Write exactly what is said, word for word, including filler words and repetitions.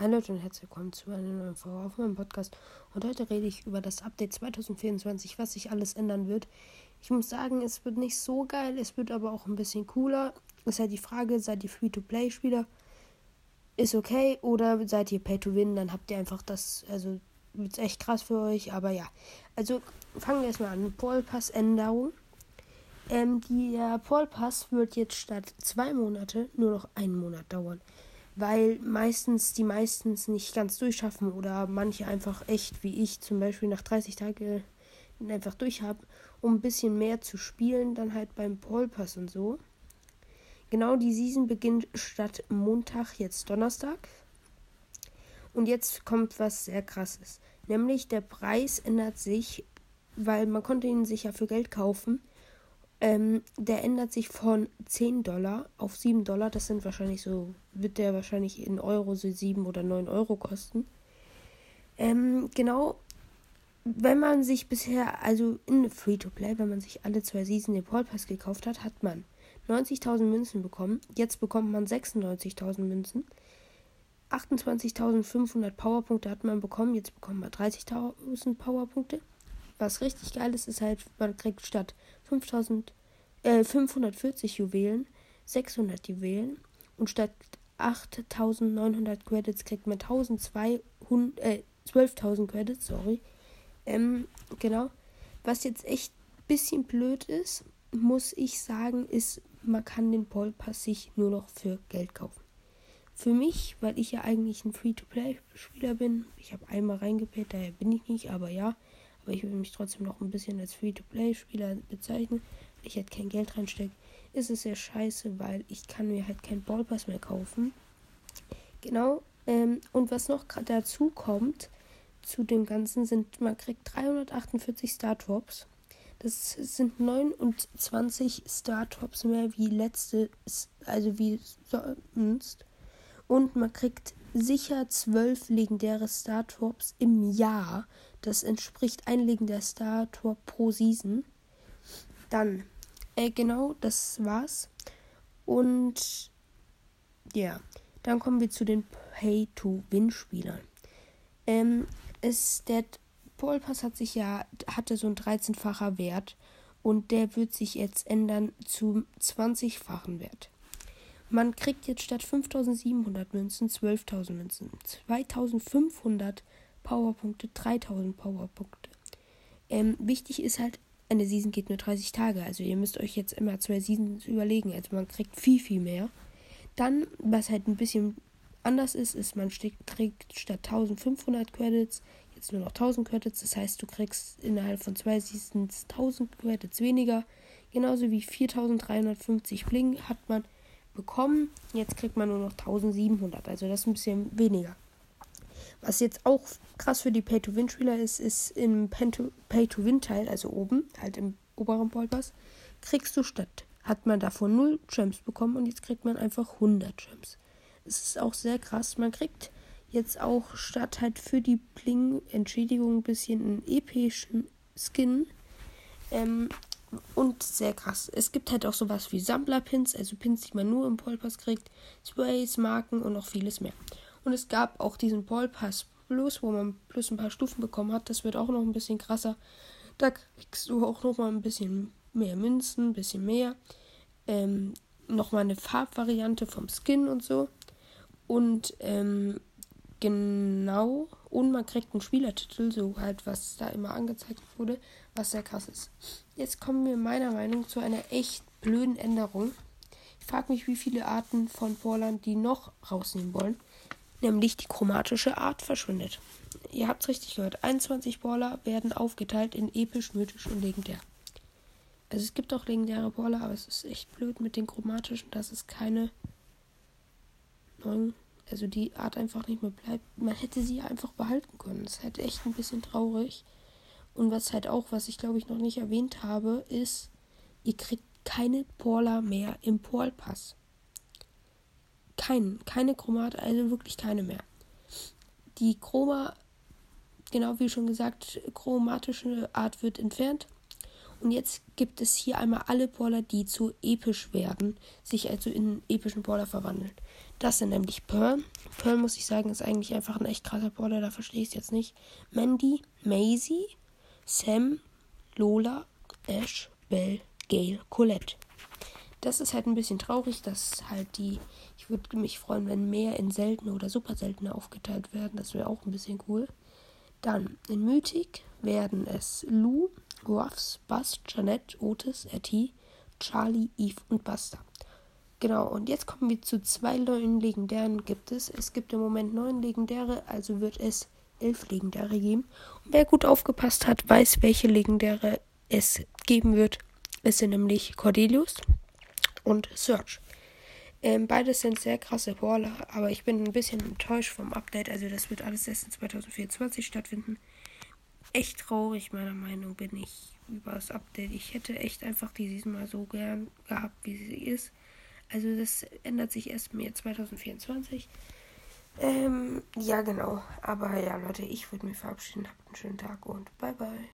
Hi Leute und herzlich willkommen zu einer neuen Folge auf meinem Podcast. Und heute rede ich über das Update zwanzig vierundzwanzig, was sich alles ändern wird. Ich muss sagen, es wird nicht so geil, es wird aber auch ein bisschen cooler. Ist halt die Frage, seid ihr Free-to-Play-Spieler? Ist okay. Oder seid ihr Pay-to-Win? Dann habt ihr einfach das, also wird es echt krass für euch. Aber ja, also fangen wir erstmal an. Paul Pass-Änderung. Ähm, der Paul Pass wird jetzt statt zwei Monate nur noch einen Monat dauern. Weil meistens die meistens nicht ganz durchschaffen oder manche einfach echt, wie ich zum Beispiel nach dreißig Tagen einfach durch habe, um ein bisschen mehr zu spielen, dann halt beim Paul Pass und so. Genau, die Season beginnt statt Montag jetzt Donnerstag. Und jetzt kommt was sehr krasses. Nämlich der Preis ändert sich, weil man konnte ihn sich ja für Geld kaufen. Ähm, der ändert sich von zehn Dollar auf sieben Dollar. Das sind wahrscheinlich so, wird der wahrscheinlich in Euro so sieben oder neun Euro kosten. Ähm, genau, wenn man sich bisher, also in Free-to-Play, wenn man sich alle zwei Season den Paul Pass gekauft hat, hat man neunzigtausend Münzen bekommen. Jetzt bekommt man sechsundneunzigtausend Münzen. achtundzwanzigtausendfünfhundert Powerpunkte hat man bekommen. Jetzt bekommt man dreißigtausend Powerpunkte. Was richtig geil ist, ist halt, man kriegt statt fünftausend, äh, fünfhundertvierzig Juwelen sechshundert Juwelen und statt achttausendneunhundert Credits kriegt man zwölftausend, äh, zwölftausend Credits, sorry. Ähm, genau. Was jetzt echt ein bisschen blöd ist, muss ich sagen, ist, man kann den Paul Pass sich nur noch für Geld kaufen. Für mich, weil ich ja eigentlich ein Free-to-Play-Spieler bin, ich habe einmal reingepäht, daher bin ich nicht, aber ja, aber ich würde mich trotzdem noch ein bisschen als Free-to-Play-Spieler bezeichnen, weil ich halt kein Geld reinstecke, ist es sehr scheiße, weil ich kann mir halt keinen Ballpass mehr kaufen. Genau, ähm, und was noch dazu kommt, zu dem Ganzen sind, man kriegt dreihundertachtundvierzig Star-Drops. Das sind neunundzwanzig Star-Drops mehr wie letzte, also wie sonst. Und man kriegt sicher zwölf legendäre Star-Drops im Jahr. Das entspricht ein legendärer Star-Drop pro Season. Dann, äh, genau, das war's. Und, ja, dann kommen wir zu den Pay-to-Win-Spielern. Ähm, es, der Paul Pass hat sich ja, hatte so einen dreizehnfacher Wert. Und der wird sich jetzt ändern zum zwanzigfachen Wert. Man kriegt jetzt statt fünftausendsiebenhundert Münzen zwölftausend Münzen, zweitausendfünfhundert Powerpunkte, dreitausend Powerpunkte. Ähm, wichtig ist halt, eine Season geht nur dreißig Tage, also ihr müsst euch jetzt immer zwei Seasons überlegen, also man kriegt viel, viel mehr. Dann, was halt ein bisschen anders ist, ist, man kriegt statt eintausendfünfhundert Credits jetzt nur noch tausend Credits, das heißt, du kriegst innerhalb von zwei Seasons tausend Credits weniger, genauso wie viertausenddreihundertfünfzig Bling hat man bekommen. Jetzt kriegt man nur noch eintausendsiebenhundert, also das ist ein bisschen weniger. Was jetzt auch krass für die Pay-to-Win-Spieler ist, ist im Pay-to-Win-Teil, also oben, halt im oberen Paul Pass, kriegst du statt, hat man davon null Gems bekommen und jetzt kriegt man einfach hundert Gems. Das ist auch sehr krass. Man kriegt jetzt auch statt halt für die Bling-Entschädigung ein bisschen einen epischen Skin. Ähm, Und sehr krass. Es gibt halt auch sowas wie Sammlerpins, also Pins, die man nur im Paul Pass kriegt, Sprays, Marken und noch vieles mehr. Und es gab auch diesen Paul Pass Plus, wo man plus ein paar Stufen bekommen hat. Das wird auch noch ein bisschen krasser. Da kriegst du auch noch mal ein bisschen mehr Münzen, ein bisschen mehr. Ähm, noch mal eine Farbvariante vom Skin und so. Und ähm, genau, und man kriegt einen Spielertitel, so halt, was da immer angezeigt wurde, was sehr krass ist. Jetzt kommen wir meiner Meinung nach zu einer echt blöden Änderung. Ich frage mich, wie viele Arten von Brawlern die noch rausnehmen wollen. Nämlich die chromatische Art verschwindet. Ihr habt es richtig gehört, einundzwanzig Brawler werden aufgeteilt in episch, mythisch und legendär. Also es gibt auch legendäre Brawler, aber es ist echt blöd mit den chromatischen, dass es keine neuen, also die Art einfach nicht mehr bleibt. Man hätte sie einfach behalten können. Das ist halt echt ein bisschen traurig. Und was halt auch, was ich glaube ich noch nicht erwähnt habe, ist, ihr kriegt keine Brawler mehr im Paul Pass. Keinen, keine Chromat, also wirklich keine mehr. Die Chroma, genau wie schon gesagt, chromatische Art wird entfernt. Und jetzt gibt es hier einmal alle Brawler, die zu episch werden, sich also in epischen Brawler verwandeln. Das sind nämlich Pearl. Pearl, muss ich sagen, ist eigentlich einfach ein echt krasser Brawler, da verstehe ich es jetzt nicht. Mandy, Maisie, Sam, Lola, Ash, Belle, Gale, Colette. Das ist halt ein bisschen traurig, dass halt die, ich würde mich freuen, wenn mehr in seltene oder super seltene aufgeteilt werden. Das wäre auch ein bisschen cool. Dann in Mythic werden es Lou, Ruffs, Buzz, Jeanette, Otis, Etty, Charlie, Eve und Buster. Genau, und jetzt kommen wir zu zwei neuen Legendären gibt es. Es gibt im Moment neun Legendäre, also wird es elf Legendäre geben. Und wer gut aufgepasst hat, weiß, welche Legendäre es geben wird. Es sind nämlich Cordelius und Search. Ähm, beides sind sehr krasse Brawler, aber ich bin ein bisschen enttäuscht vom Update. Also das wird alles erst in zwanzig vierundzwanzig stattfinden. Echt traurig, meiner Meinung bin ich über das Update. Ich hätte echt einfach die Season mal so gern gehabt, wie sie ist. Also das ändert sich erst im Jahr zwanzig vierundzwanzig. Ähm, ja genau. Aber ja Leute, ich würde mich verabschieden. Habt einen schönen Tag und bye bye.